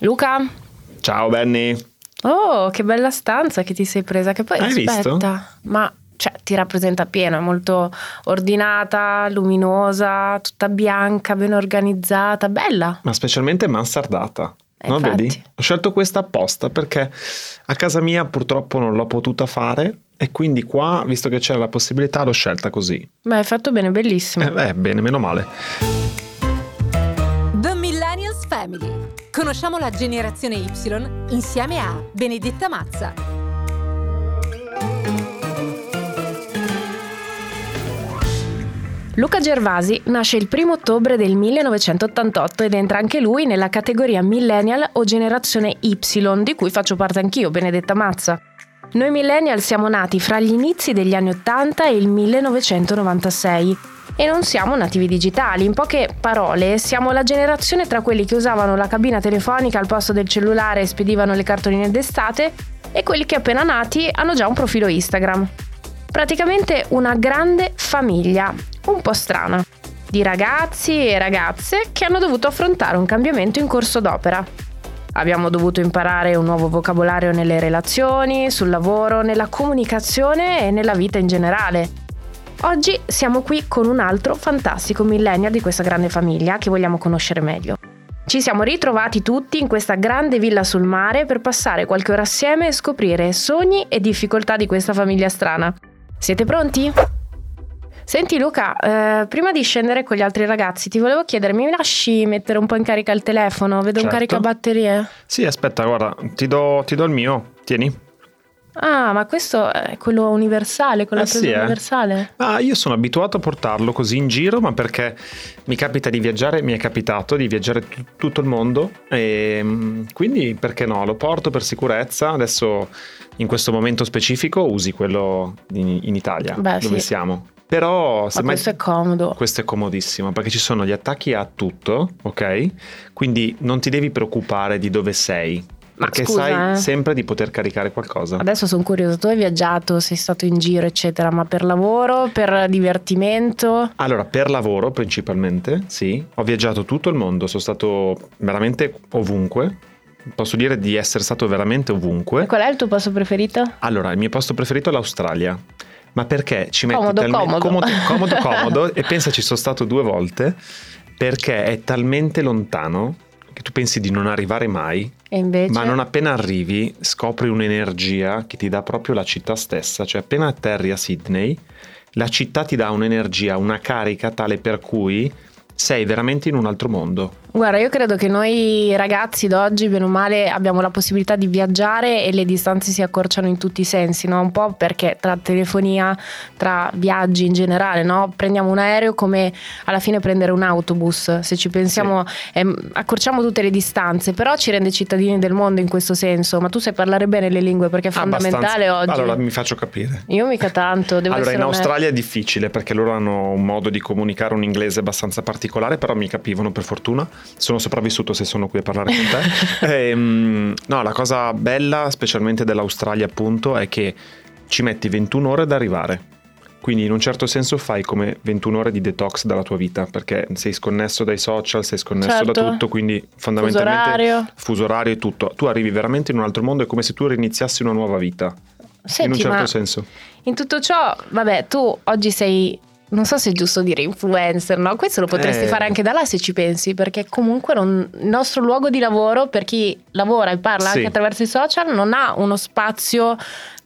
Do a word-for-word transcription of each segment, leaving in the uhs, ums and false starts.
Luca? Ciao Benny. Oh, che bella stanza che ti sei presa, che poi Hai aspetta, visto? ma cioè ti rappresenta pieno, è molto ordinata, luminosa, tutta bianca, ben organizzata, bella. Ma specialmente mansardata. Eh, No, infatti. vedi? Ho scelto questa apposta perché a casa mia purtroppo non l'ho potuta fare e quindi qua, visto che c'era la possibilità, l'ho scelta così. Beh, hai fatto bene, bellissimo. Eh, beh, bene, meno male. The Millennials Family. Conosciamo la generazione Y insieme a Benedetta Mazza. Luca Gervasi nasce il primo ottobre del millenovecentottantotto ed entra anche lui nella categoria Millennial o generazione Y, di cui faccio parte anch'io, Benedetta Mazza. Noi Millennial siamo nati fra gli inizi degli anni ottanta e il millenovecentonovantasei e non siamo nativi digitali. In poche parole, siamo la generazione tra quelli che usavano la cabina telefonica al posto del cellulare e spedivano le cartoline d'estate e quelli che appena nati hanno già un profilo Instagram. Praticamente una grande famiglia, un po' strana, di ragazzi e ragazze che hanno dovuto affrontare un cambiamento in corso d'opera. Abbiamo dovuto imparare un nuovo vocabolario nelle relazioni, sul lavoro, nella comunicazione e nella vita in generale. Oggi siamo qui con un altro fantastico millennial di questa grande famiglia che vogliamo conoscere meglio. Ci siamo ritrovati tutti in questa grande villa sul mare per passare qualche ora assieme e scoprire sogni e difficoltà di questa famiglia strana. Siete pronti? Senti Luca, eh, prima di scendere con gli altri ragazzi ti volevo chiedere, mi lasci mettere un po' in carica il telefono? Vedo Certo. un caricabatterie. Sì, aspetta, guarda, ti do, ti do il mio. Tieni. Ah, ma questo è quello universale, con la Eh presa sì, eh. universale? Ah, io sono abituato a portarlo così in giro, ma perché mi capita di viaggiare, mi è capitato di viaggiare t- tutto il mondo e mm, quindi perché no, lo porto per sicurezza. Adesso in questo momento specifico usi quello in, in Italia, Beh, dove sì. siamo. Però se Ma mai- questo è comodo. questo è comodissimo perché ci sono gli attacchi a tutto, ok? Quindi non ti devi preoccupare di dove sei, Ma perché scusa, sai eh. sempre di poter caricare qualcosa. Adesso sono curiosa, tu hai viaggiato, sei stato in giro eccetera, ma per lavoro, per divertimento? Allora, per lavoro principalmente, sì. Ho viaggiato tutto il mondo, sono stato veramente ovunque. Posso dire di essere stato veramente ovunque. Qual è il tuo posto preferito? Allora, il mio posto preferito è l'Australia. Ma perché ci metti Comodo, talmente comodo. comodo, comodo, comodo, e pensa ci sono stato due volte perché è talmente lontano che tu pensi di non arrivare mai, E invece? ma non appena arrivi scopri un'energia che ti dà proprio la città stessa, cioè appena atterri a Sydney la città ti dà un'energia, una carica tale per cui sei veramente in un altro mondo. Guarda, io credo che noi ragazzi d'oggi, bene o male, abbiamo la possibilità di viaggiare e le distanze si accorciano in tutti i sensi, no? Un po' perché tra telefonia, tra viaggi in generale, no? Prendiamo un aereo come alla fine prendere un autobus, se ci pensiamo, ehm, accorciamo tutte le distanze, però ci rende cittadini del mondo in questo senso. Ma tu sai parlare bene le lingue perché è fondamentale Abbastanza. oggi. Allora mi faccio capire. Io mica tanto, devo Allora, essere in onesta. Australia è difficile perché loro hanno un modo di comunicare un inglese abbastanza particolare, però mi capivano per fortuna. Sono sopravvissuto se sono qui a parlare con te. e, mm, no, la cosa bella, specialmente dell'Australia, appunto, è che ci metti ventuno ore ad arrivare. Quindi in un certo senso fai come ventuno ore di detox dalla tua vita, perché sei sconnesso dai social, sei sconnesso Certo. da tutto, quindi fondamentalmente Fuso orario. fuso orario e tutto. Tu arrivi veramente in un altro mondo, è come se tu iniziassi una nuova vita. Senti, in un certo ma senso. in tutto ciò, vabbè, tu oggi sei, non so se è giusto dire influencer, no? Questo lo potresti Eh. fare anche da là se ci pensi, perché comunque non- il nostro luogo di lavoro, per chi lavora e parla Sì. anche attraverso i social, non ha uno spazio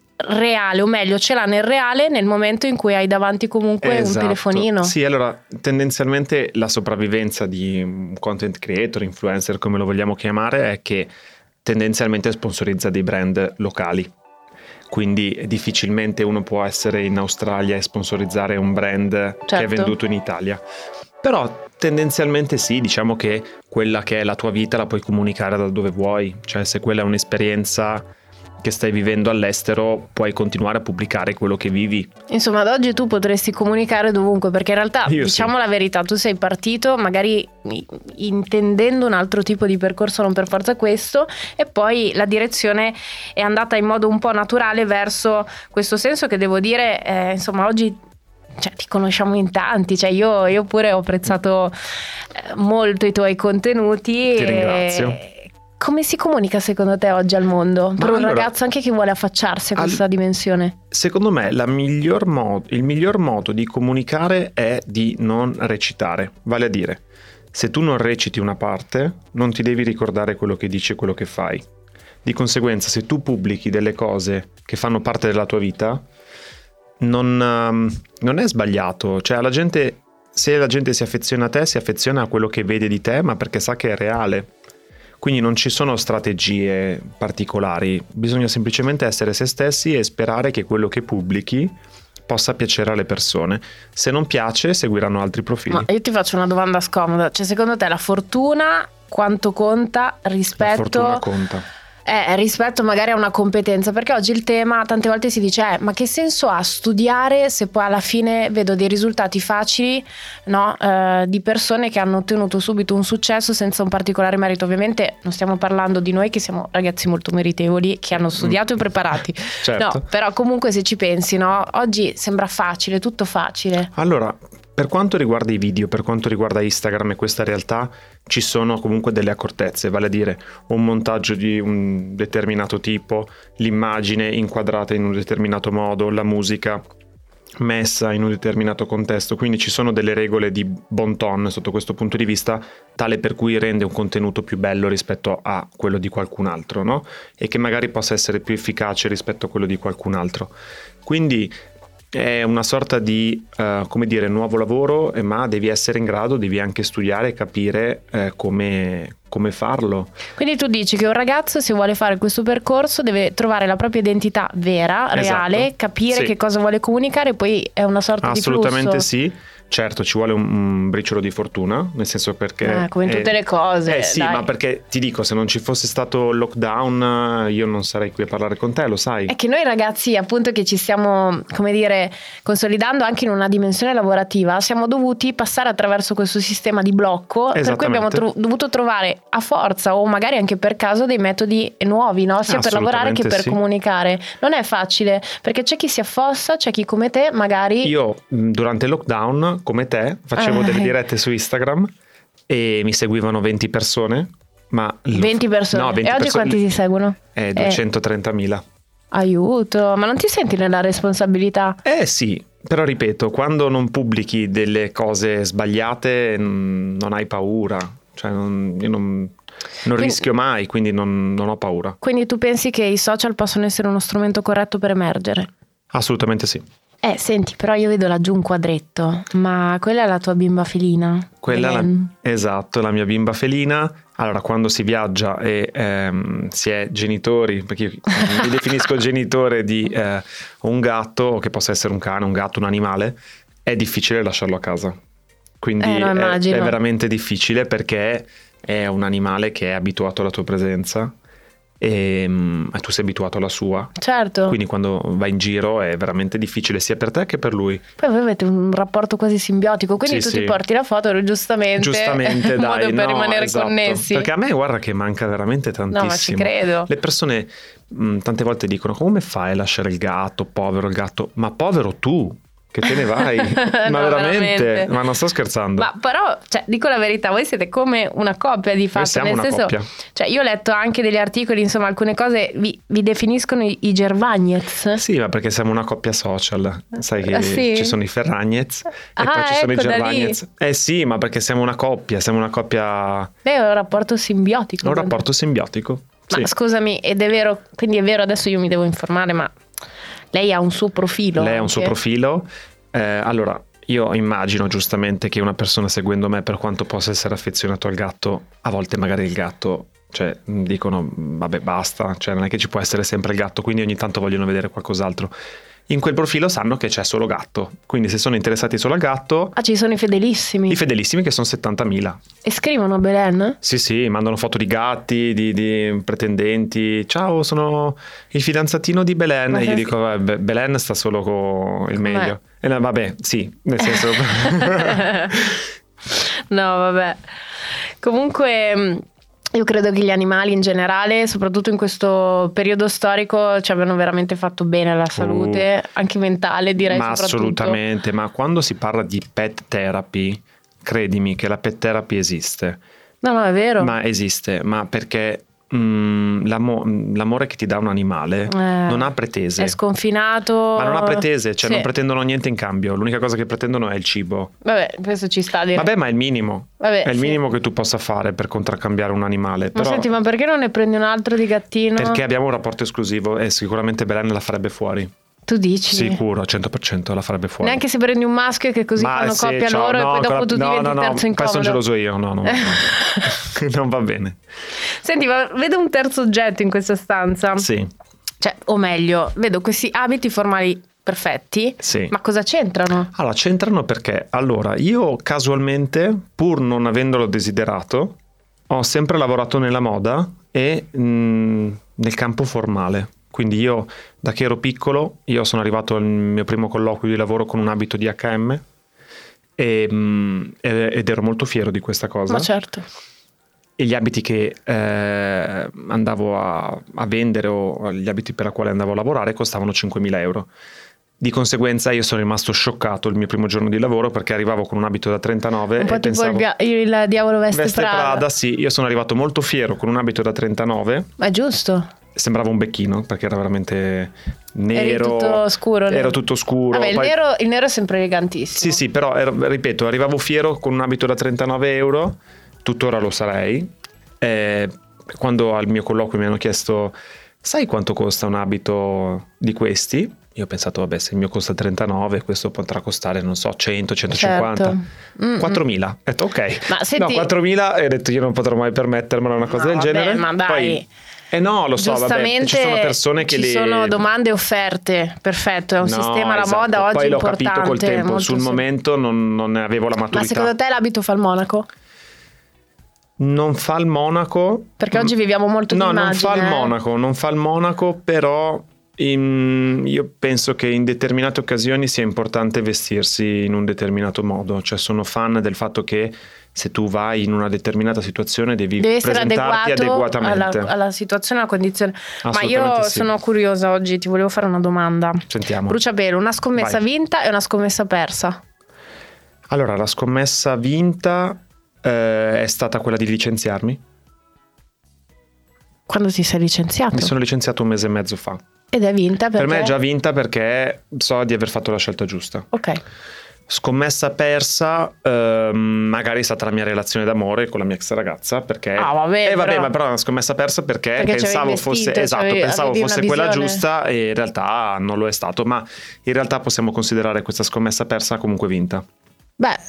reale, o meglio ce l'ha nel reale nel momento in cui hai davanti comunque Esatto. un telefonino. Sì, allora tendenzialmente la sopravvivenza di un content creator, influencer come lo vogliamo chiamare, è che tendenzialmente sponsorizza dei brand locali. Quindi difficilmente uno può essere in Australia e sponsorizzare un brand che è Certo. venduto in Italia. Però tendenzialmente sì, diciamo che quella che è la tua vita la puoi comunicare da dove vuoi. Cioè se quella è un'esperienza che stai vivendo all'estero, puoi continuare a pubblicare quello che vivi. Insomma, ad oggi tu potresti comunicare dovunque, perché in realtà, Io diciamo sì. la verità, tu sei partito magari intendendo un altro tipo di percorso, non per forza questo, e poi la direzione è andata in modo un po' naturale verso questo senso che devo dire, eh, insomma, oggi cioè, ti conosciamo in tanti, cioè io, io pure ho apprezzato eh, molto i tuoi contenuti. Ti ringrazio. E come si comunica secondo te oggi al mondo? Per Ma un allora, ragazzo anche che vuole affacciarsi a questa al, dimensione. Secondo me la miglior modo, il miglior modo di comunicare è di non recitare. Vale a dire, se tu non reciti una parte, non ti devi ricordare quello che dici e quello che fai. Di conseguenza, se tu pubblichi delle cose che fanno parte della tua vita, non, um, non è sbagliato. Cioè, la gente, se la gente si affeziona a te, si affeziona a quello che vede di te, ma perché sa che è reale. Quindi non ci sono strategie particolari, bisogna semplicemente essere se stessi e sperare che quello che pubblichi possa piacere alle persone. Se non piace, seguiranno altri profili. Ma io ti faccio una domanda scomoda. Cioè, secondo te la fortuna quanto conta rispetto... La fortuna conta. Eh, rispetto magari a una competenza, perché oggi il tema tante volte si dice eh, ma che senso ha studiare se poi alla fine vedo dei risultati facili, no? eh, di persone che hanno ottenuto subito un successo senza un particolare merito. Ovviamente non stiamo parlando di noi che siamo ragazzi molto meritevoli, che hanno studiato mm. e preparati. Certo. No, però comunque se ci pensi, no? Oggi sembra facile, tutto facile. Allora, per quanto riguarda i video, per quanto riguarda Instagram e questa realtà, ci sono comunque delle accortezze, vale a dire un montaggio di un determinato tipo, l'immagine inquadrata in un determinato modo, la musica messa in un determinato contesto, quindi ci sono delle regole di bon ton sotto questo punto di vista, tale per cui rende un contenuto più bello rispetto a quello di qualcun altro, no? E che magari possa essere più efficace rispetto a quello di qualcun altro. Quindi è una sorta di, uh, come dire, nuovo lavoro, eh, ma devi essere in grado, devi anche studiare e capire eh, come, come farlo. Quindi tu dici che un ragazzo, se vuole fare questo percorso, deve trovare la propria identità vera, reale, esatto. capire Sì. che cosa vuole comunicare, poi è una sorta di flusso. Assolutamente sì. Certo, ci vuole un, un briciolo di fortuna, nel senso perché... Eh, come in tutte è, le cose. Eh sì, dai. ma perché ti dico, se non ci fosse stato il lockdown, io non sarei qui a parlare con te, lo sai. È che noi ragazzi, appunto, che ci stiamo, come dire, consolidando anche in una dimensione lavorativa, siamo dovuti passare attraverso questo sistema di blocco, per cui abbiamo tro- dovuto trovare a forza o magari anche per caso dei metodi nuovi, no? Sia per lavorare che per sì. comunicare. Non è facile, perché c'è chi si affossa, c'è chi come te magari... Io durante il lockdown, come te, facevo eh. delle dirette su Instagram e mi seguivano venti persone, ma venti persone. No, venti e oggi persone... quanti ti seguono? Eh, duecentotrentamila. Aiuto, ma non ti senti nella responsabilità? Eh sì, però ripeto, quando non pubblichi delle cose sbagliate non hai paura, cioè non, io non, non quindi, rischio mai, quindi non, non ho paura. Quindi tu pensi che i social possono essere uno strumento corretto per emergere? Assolutamente sì. Eh, senti, però io vedo laggiù un quadretto, ma quella è la tua bimba felina? Quella la, esatto, la mia bimba felina. Allora, quando si viaggia e ehm, si è genitori, perché io mi definisco genitore di eh, un gatto, che possa essere un cane, un gatto, un animale, è difficile lasciarlo a casa. Quindi eh, no, è, è veramente difficile perché è un animale che è abituato alla tua presenza. E, e tu sei abituato alla sua, certo, quindi quando vai in giro è veramente difficile sia per te che per lui. Poi voi avete un rapporto quasi simbiotico, quindi sì, tu sì. ti porti la foto giustamente, giustamente in dai, modo per no, rimanere esatto. connessi, perché a me guarda che manca veramente tantissimo. No, ma ci credo. Le persone mh, tante volte dicono: come fai a lasciare il gatto, povero il gatto? Ma povero tu che te ne vai. Ma no, veramente, veramente, ma non sto scherzando. Ma però, cioè, dico la verità, voi siete come una coppia di fatto. Noi siamo nel una senso, coppia. Cioè, io ho letto anche degli articoli, insomma, alcune cose vi, vi definiscono i, i Gervagnez. Sì, ma perché siamo una coppia social. Sai che ah, sì? ci sono i Ferragnez e ah, poi ci sono ecco, i Gervagnez. Eh sì, ma perché siamo una coppia, siamo una coppia. Lei è un rapporto simbiotico. Un rapporto simbiotico. Ma sì. Scusami, ed è vero, quindi è vero, adesso io mi devo informare, ma lei ha un suo profilo. Lei anche. ha un suo profilo. Eh, allora, io immagino giustamente che una persona seguendo me, per quanto possa essere affezionato al gatto, a volte magari il gatto, cioè dicono vabbè basta, cioè non è che ci può essere sempre il gatto, quindi ogni tanto vogliono vedere qualcos'altro. In quel profilo sanno che c'è solo gatto, quindi se sono interessati solo al gatto... Ah, ci sono i fedelissimi. I fedelissimi che sono settantamila. E scrivono a Belen? Sì, sì, mandano foto di gatti, di, di pretendenti. Ciao, sono il fidanzatino di Belen. Ma e gli dico, vabbè, Belen sta solo con il meglio. E no, vabbè, sì, nel senso... No, vabbè. Comunque... Io credo che gli animali in generale, soprattutto in questo periodo storico, ci abbiano veramente fatto bene alla salute, uh, anche mentale, direi. Ma soprattutto. Assolutamente, ma quando si parla di pet therapy, credimi che la pet therapy esiste. No, no, è vero. Ma esiste, ma perché mh, l'amo- l'amore che ti dà un animale Eh, non ha pretese. È sconfinato. Ma non ha pretese, cioè Sì. non pretendono niente in cambio. L'unica cosa che pretendono è il cibo. Vabbè, questo ci sta a dire. Vabbè, ma è il minimo. Vabbè, è il sì. minimo che tu possa fare per contraccambiare un animale. Ma Però senti, ma perché non ne prendi un altro di gattino? perché abbiamo un rapporto esclusivo e sicuramente Belen la farebbe fuori. Tu dici? Sicuro, cento per cento la farebbe fuori. Neanche se prendi un maschio che così Ma fanno sì, coppia ciao, loro no, e poi dopo ancora- tu no, diventi no, il no, terzo incomodo. questo non geloso io, no, no, no. Non va bene. Senti, ma vedo un terzo oggetto in questa stanza. Sì, Cioè, o meglio, vedo questi abiti formali perfetti. sì. Ma cosa c'entrano? Allora, c'entrano perché, allora, io casualmente, pur non avendolo desiderato, ho sempre lavorato nella moda e mh, nel campo formale. Quindi io, da che ero piccolo, io sono arrivato al mio primo colloquio di lavoro con un abito di acca e emme e, mh, ed ero molto fiero di questa cosa. Ma certo. E gli abiti che eh, andavo a, a vendere o gli abiti per la quale andavo a lavorare costavano cinquemila euro. Di conseguenza io sono rimasto scioccato il mio primo giorno di lavoro perché arrivavo con un abito da trentanove Un po' e tipo pensavo... il, via- il diavolo veste, Veste Prada. Prada, sì, io sono arrivato molto fiero con un abito da trentanove, Ma è giusto. sembrava un becchino perché era veramente nero. Eri tutto scuro. Ero nero. tutto scuro. Vabbè, il, poi- nero, il nero è sempre elegantissimo. Sì, sì, però ero- ripeto, arrivavo fiero con un abito da trentanove euro, tuttora lo sarei. Eh, quando al mio colloquio mi hanno chiesto, sai quanto costa un abito di questi? Io ho pensato, vabbè, se il mio costa trentanove, questo potrà costare, non so, cento, centocinquanta. Certo. Mm-mm. quattromila. Ho detto, ok. Ma senti- No, quattromila e ho detto, io non potrò mai permettermela una cosa No, del vabbè, genere. ma dai. Poi, eh no, lo so, vabbè, Giustamente ci sono persone che ci le... sono domande e offerte. Perfetto, è un No, sistema alla esatto. moda oggi Poi l'ho importante. capito col tempo, molto sul sem- momento non, non ne avevo la Ma maturità. secondo te l'abito fa il monaco? Non fa il monaco. Perché oggi viviamo molto di No, non immagine, fa il eh. monaco, non fa il monaco, però in- io penso che in determinate occasioni sia importante vestirsi in un determinato modo. Cioè sono fan del fatto che se tu vai in una determinata situazione devi, Deve essere presentarti adeguato adeguatamente. alla, alla situazione, alla condizione. Ma Assolutamente io sì. sono curiosa oggi, ti volevo fare una domanda. Sentiamo. Bruciapelo, una scommessa Vai. vinta e una scommessa persa. Allora, la scommessa vinta eh, è stata quella di licenziarmi. Quando ti sei licenziato? Mi sono licenziato un mese e mezzo fa. Ed è vinta perché... Per me è già vinta perché so di aver fatto la scelta giusta. Ok. Scommessa persa, ehm, magari è stata la mia relazione d'amore con la mia ex ragazza, perché Ah, vabbè, eh, vabbè, però- ma però è una scommessa persa perché, Perché c'avevi pensavo investito, fosse esatto, c'avevi- pensavo avevi fosse una quella visione. giusta e in realtà non lo è stato, ma in realtà possiamo considerare questa scommessa persa comunque vinta, Beh,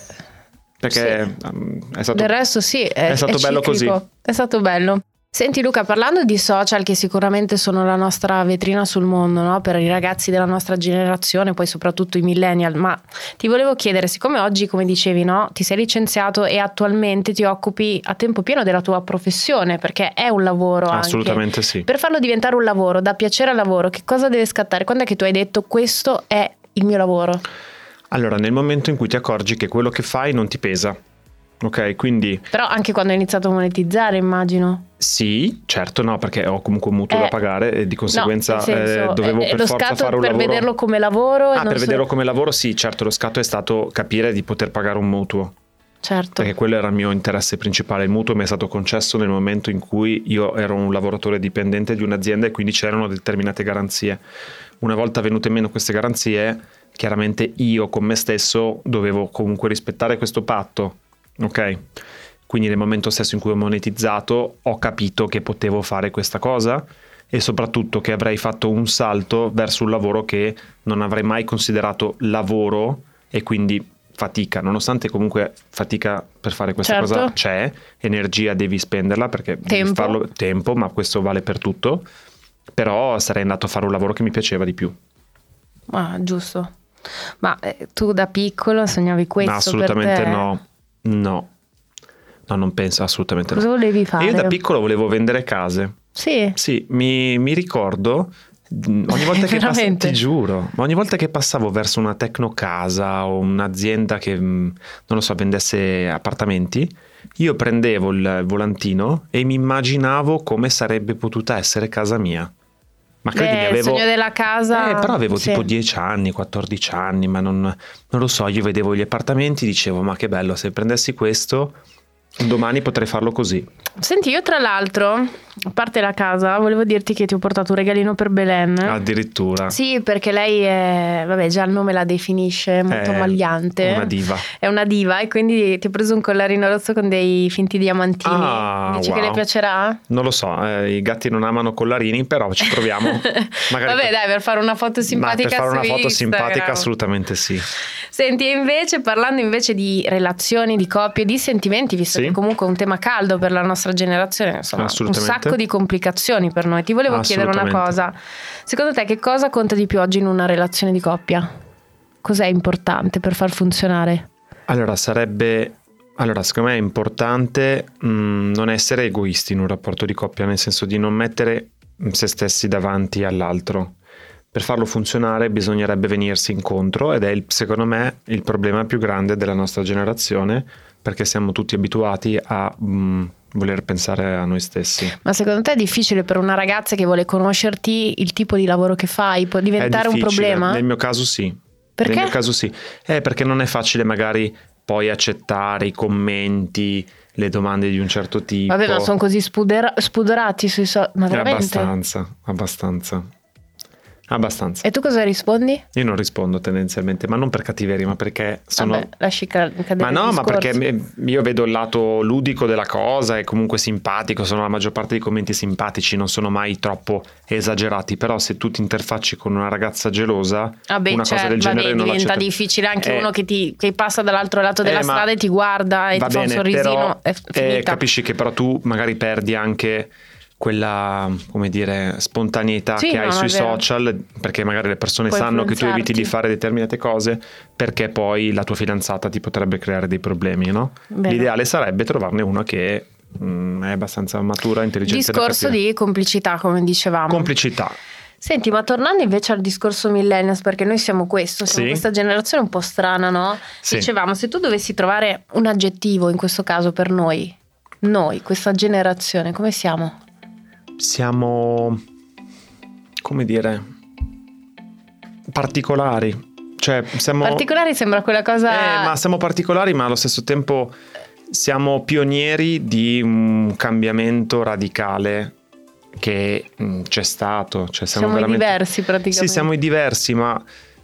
perché ehm, è stato del resto sì, è, è stato bello ciclico. così. È stato bello. Senti Luca, parlando di social che sicuramente sono la nostra vetrina sul mondo, no? Per i ragazzi della nostra generazione, poi soprattutto i millennial, ma ti volevo chiedere, siccome oggi, come dicevi, no, ti sei licenziato e attualmente ti occupi a tempo pieno della tua professione, perché è un lavoro anche. Assolutamente sì. Per farlo diventare un lavoro, da piacere al lavoro, che cosa deve scattare? Quando è che tu hai detto questo è il mio lavoro? Allora, nel momento in cui ti accorgi che quello che fai non ti pesa, ok? Quindi Però anche quando hai iniziato a monetizzare, immagino. sì, certo no, perché ho comunque un mutuo Eh, da pagare e di conseguenza no, nel senso, eh, dovevo eh, per lo forza scatto fare un per lavoro. vederlo come lavoro. e Ah, non per so- vederlo come lavoro sì, certo, lo scatto è stato capire di poter pagare un mutuo, Certo. perché quello era il mio interesse principale. Il mutuo mi è stato concesso nel momento in cui io ero un lavoratore dipendente di un'azienda e quindi c'erano determinate garanzie. Una volta venute meno queste garanzie, chiaramente io con me stesso dovevo comunque rispettare questo patto, ok? Quindi nel momento stesso in cui ho monetizzato ho capito che potevo fare questa cosa e soprattutto che avrei fatto un salto verso un lavoro che non avrei mai considerato lavoro e quindi fatica, nonostante comunque fatica per fare questa Certo. cosa c'è, energia devi spenderla perché devi Tempo. farlo tempo, ma questo vale per tutto, però sarei andato a fare un lavoro che mi piaceva di più. Ah, giusto. Ma eh, tu da piccolo sognavi questo? No, assolutamente per te? no, no, no, non penso assolutamente Cosa no. volevi fare? Io da piccolo volevo vendere case. Sì. Sì, mi, mi ricordo mh, ogni volta che passavo, Veramente? ti giuro, ma ogni volta che passavo verso una tecnocasa o un'azienda che mh, non lo so, vendesse appartamenti, io prendevo il volantino e mi immaginavo come sarebbe potuta essere casa mia. Ma credimi, Beh, il avevo sogno della casa. Eh, però avevo sì. tipo dieci anni, quattordici anni, ma non, non lo so, io vedevo gli appartamenti, dicevo, ma che bello, se prendessi questo Domani potrei farlo così. Senti, io tra l'altro, a parte la casa, volevo dirti che ti ho portato un regalino per Belen. Addirittura. Sì, perché lei è, vabbè, già il nome la definisce, molto È magliante. una diva. È una diva, e quindi ti ho preso un collarino rosso con dei finti diamantini. Ah, Dici wow. che le piacerà? Non lo so, eh, i gatti non amano collarini, però ci proviamo. Magari Vabbè, per... dai, per fare una foto simpatica Ma per fare una su foto Instagram. simpatica assolutamente sì. Senti, e invece parlando invece di relazioni, di coppie, di sentimenti, visto Sì. che comunque è un tema caldo per la nostra generazione, insomma, un Assolutamente. sacco di complicazioni per noi. Ti volevo chiedere una cosa. Secondo te che cosa conta di più oggi in una relazione di coppia? Cos'è importante per far funzionare? Allora, sarebbe... Allora, secondo me è importante mh, non essere egoisti in un rapporto di coppia, nel senso di non mettere se stessi davanti all'altro. Per farlo funzionare bisognerebbe venirsi incontro, ed è il, secondo me il problema più grande della nostra generazione, perché siamo tutti abituati a mh, voler pensare a noi stessi. Ma secondo te è difficile per una ragazza che vuole conoscerti il tipo di lavoro che fai? Può diventare È un difficile. problema? Nel mio caso sì. Perché? Nel mio caso sì. Eh, perché non è facile magari poi accettare i commenti, le domande di un certo tipo. Vabbè, ma sono così spudera- spudorati sui social. Ma veramente? Abbastanza, abbastanza. Abbastanza. E tu cosa rispondi? Io non rispondo tendenzialmente, ma non per cattiveria, ma perché sono... Vabbè, lasci ca- cadere Ma no, il ma discorso. perché me- io vedo il lato ludico della cosa, è comunque simpatico, sono la maggior parte dei commenti simpatici, non sono mai troppo esagerati, però se tu ti interfacci con una ragazza gelosa, Vabbè, una certo, cosa del vabbè, genere non diventa l'accetta. difficile anche Eh, uno che, ti, che passa dall'altro lato della eh, ma- strada e ti guarda e Va ti fa un bene, sorrisino. però È eh, finita. capisci che però tu magari perdi anche quella, come dire, spontaneità Sì, che no, hai no, sui è vero. social, perché magari le persone Puoi sanno che tu eviti di influenzarti. fare determinate cose, perché poi la tua fidanzata ti potrebbe creare dei problemi, no? Vero. L'ideale sarebbe trovarne una che mh, è abbastanza matura, intelligente da Discorso capire. di complicità, come dicevamo. Complicità. Senti, ma tornando invece al discorso millennials, perché noi siamo questo, siamo Sì. questa generazione un po' strana, no? Sì. Dicevamo, se tu dovessi trovare un aggettivo in questo caso per noi, noi, questa generazione, come siamo? Siamo, come dire, particolari. Cioè, siamo... Particolari sembra quella cosa... Eh, ma siamo particolari, ma allo stesso tempo siamo pionieri di un cambiamento radicale che mh, c'è stato. Cioè, siamo siamo veramente... i diversi praticamente. Sì, siamo i diversi, ma...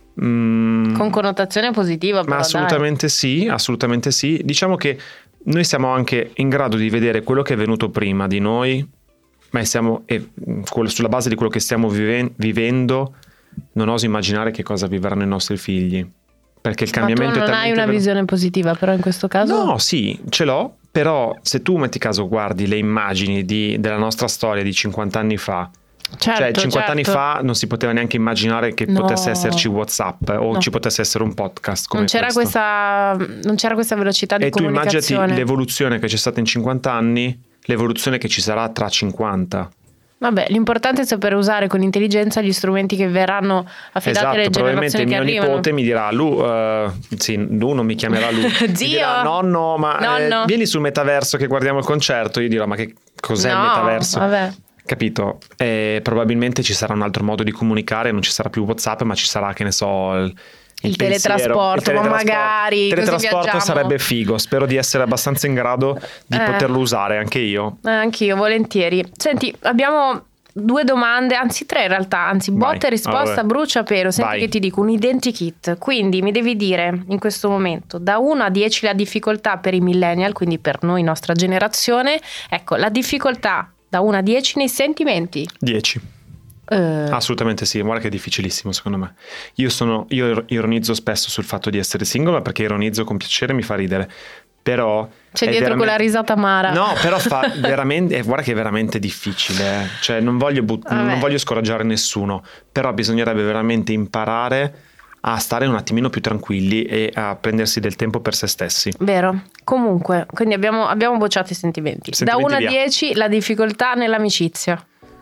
mh, Con connotazione positiva, però ma assolutamente dai. sì, assolutamente sì. Diciamo che noi siamo anche in grado di vedere quello che è venuto prima di noi, ma siamo, e, mh, quello- sulla base di quello che stiamo vive- vivendo, non oso immaginare che cosa vivranno i nostri figli. Perché il Ma tu cambiamento non è hai talmente una velo- visione positiva, però in questo caso... No, sì, ce l'ho, però se tu metti caso guardi le immagini di- della nostra storia di cinquanta anni fa, certo, cioè cinquanta anni certo. fa non si poteva neanche immaginare che No. potesse esserci WhatsApp o No. ci potesse essere un podcast come Non c'era, questo. questa, non c'era questa velocità di E tu immaginati comunicazione. l'evoluzione che c'è stata in cinquanta anni, l'evoluzione che ci sarà tra cinquanta. Vabbè, l'importante è sapere usare con intelligenza gli strumenti che verranno affidati alle Esatto, probabilmente generazioni il che mio arrivano. nipote mi dirà Lu, eh, sì, Lu non mi chiamerà Lu, mi Zio! dirà nonno, ma eh, Nonno. vieni sul metaverso che guardiamo il concerto. Io dirò ma che cos'è No, il metaverso? vabbè. Capito? E probabilmente ci sarà un altro modo di comunicare, non ci sarà più WhatsApp, ma ci sarà, che ne so, il, Il pensiero, teletrasporto, ma magari, Il così teletrasporto viaggiamo. sarebbe figo, spero di essere abbastanza in grado di Eh. poterlo usare anche io. Eh, anch'io, volentieri. Senti, abbiamo due domande, anzi tre in realtà, anzi Vai. botta e risposta, Vabbè. bruciapelo. Senti Vai. che ti dico, un identikit. Quindi mi devi dire in questo momento da uno a dieci la difficoltà per i millennial, quindi per noi, nostra generazione. Ecco, la difficoltà da uno a dieci nei sentimenti. dieci. Eh, Assolutamente sì, guarda che è difficilissimo secondo me. Io sono, io ironizzo spesso sul fatto di essere single, ma perché ironizzo con piacere, mi fa ridere. Però C'è è dietro veramente- quella risata amara. No, però fa veramente, eh, guarda che è veramente difficile. eh. Cioè, non voglio, but- Vabbè. non voglio scoraggiare nessuno, però bisognerebbe veramente imparare a stare un attimino più tranquilli e a prendersi del tempo per se stessi. Vero. Comunque, quindi abbiamo, abbiamo bocciato i sentimenti. Sentimenti da uno a via. dieci la difficoltà nell'amicizia.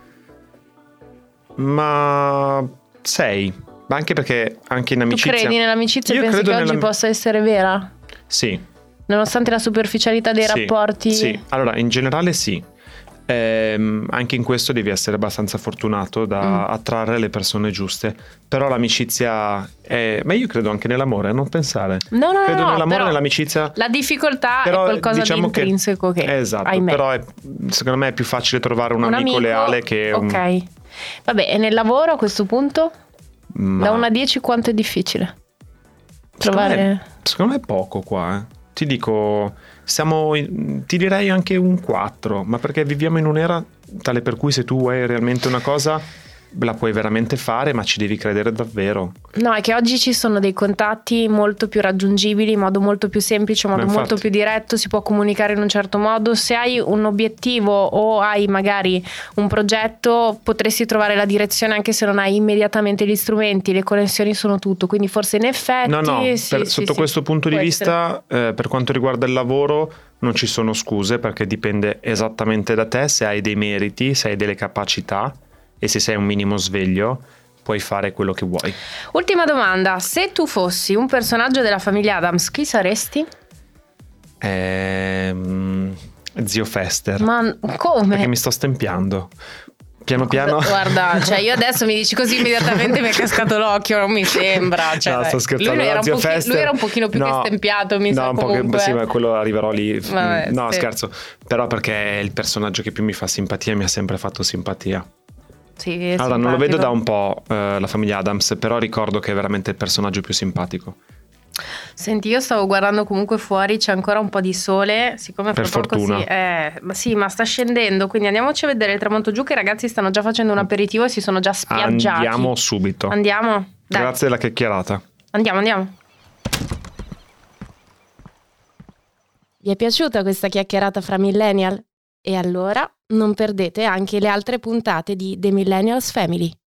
Ma sei, ma anche perché anche in Tu amicizia. credi nell'amicizia e Io pensi che credo oggi nella- possa essere vera? Sì. Nonostante la superficialità dei Sì, rapporti? Sì, allora in generale sì. ehm, anche in questo devi essere abbastanza fortunato da mm. attrarre le persone giuste. Però l'amicizia è... ma io credo anche nell'amore, non pensare. No, no, credo no, nell'amore e nell'amicizia. La difficoltà però, è qualcosa diciamo di intrinseco che, che esatto, ahimè. Però è, secondo me è più facile trovare un, un amico, amico leale che un... ok. Vabbè, e nel lavoro a questo punto? Ma... da uno a dieci quanto è difficile trovare? Secondo me, secondo me è poco qua, eh. Ti dico, siamo in, ti direi anche un quattro, ma perché viviamo in un'era tale per cui se tu vuoi realmente una cosa la puoi veramente fare, ma ci devi credere davvero. No, è che oggi ci sono dei contatti molto più raggiungibili in modo molto più semplice, in modo Ma molto infatti. più diretto, si può comunicare in un certo modo. Se hai un obiettivo o hai magari un progetto, potresti trovare la direzione anche se non hai immediatamente gli strumenti, le connessioni sono tutto, quindi forse in effetti No, no, sì, per, sì, sotto sì, questo punto di può vista, eh, per quanto riguarda il lavoro non ci sono scuse, perché dipende esattamente da te, se hai dei meriti, se hai delle capacità e se sei un minimo sveglio puoi fare quello che vuoi. Ultima domanda, se tu fossi un personaggio della famiglia Addams, chi saresti? Ehm, zio Fester. Ma come? Perché mi sto stempiando. Piano piano. Guarda, cioè io adesso mi dici così immediatamente mi è cascato l'occhio, non mi sembra. Cioè, no, sto scherzando. Lui era, un zio pochi- Fester, lui era un pochino più no, che stempiato, mi no, sa un po' comunque. che, sì, ma quello arriverò lì. Vabbè, no, sì. scherzo. Però perché è il personaggio che più mi fa simpatia, mi ha sempre fatto simpatia. Sì, è allora, non lo vedo simpatico. da un po' eh, la famiglia Addams, però ricordo che è veramente il personaggio più simpatico. Senti, io stavo guardando comunque fuori, c'è ancora un po' di sole, siccome Per fra poco fortuna. sì, eh, ma sì, ma sta scendendo, quindi andiamoci a vedere il tramonto giù, che i ragazzi stanno già facendo un aperitivo e si sono già spiaggiati. Andiamo subito. Andiamo? Dai. Grazie della chiacchierata. Andiamo, andiamo. Vi è piaciuta questa chiacchierata fra millennial? E allora non perdete anche le altre puntate di The Millennials Family.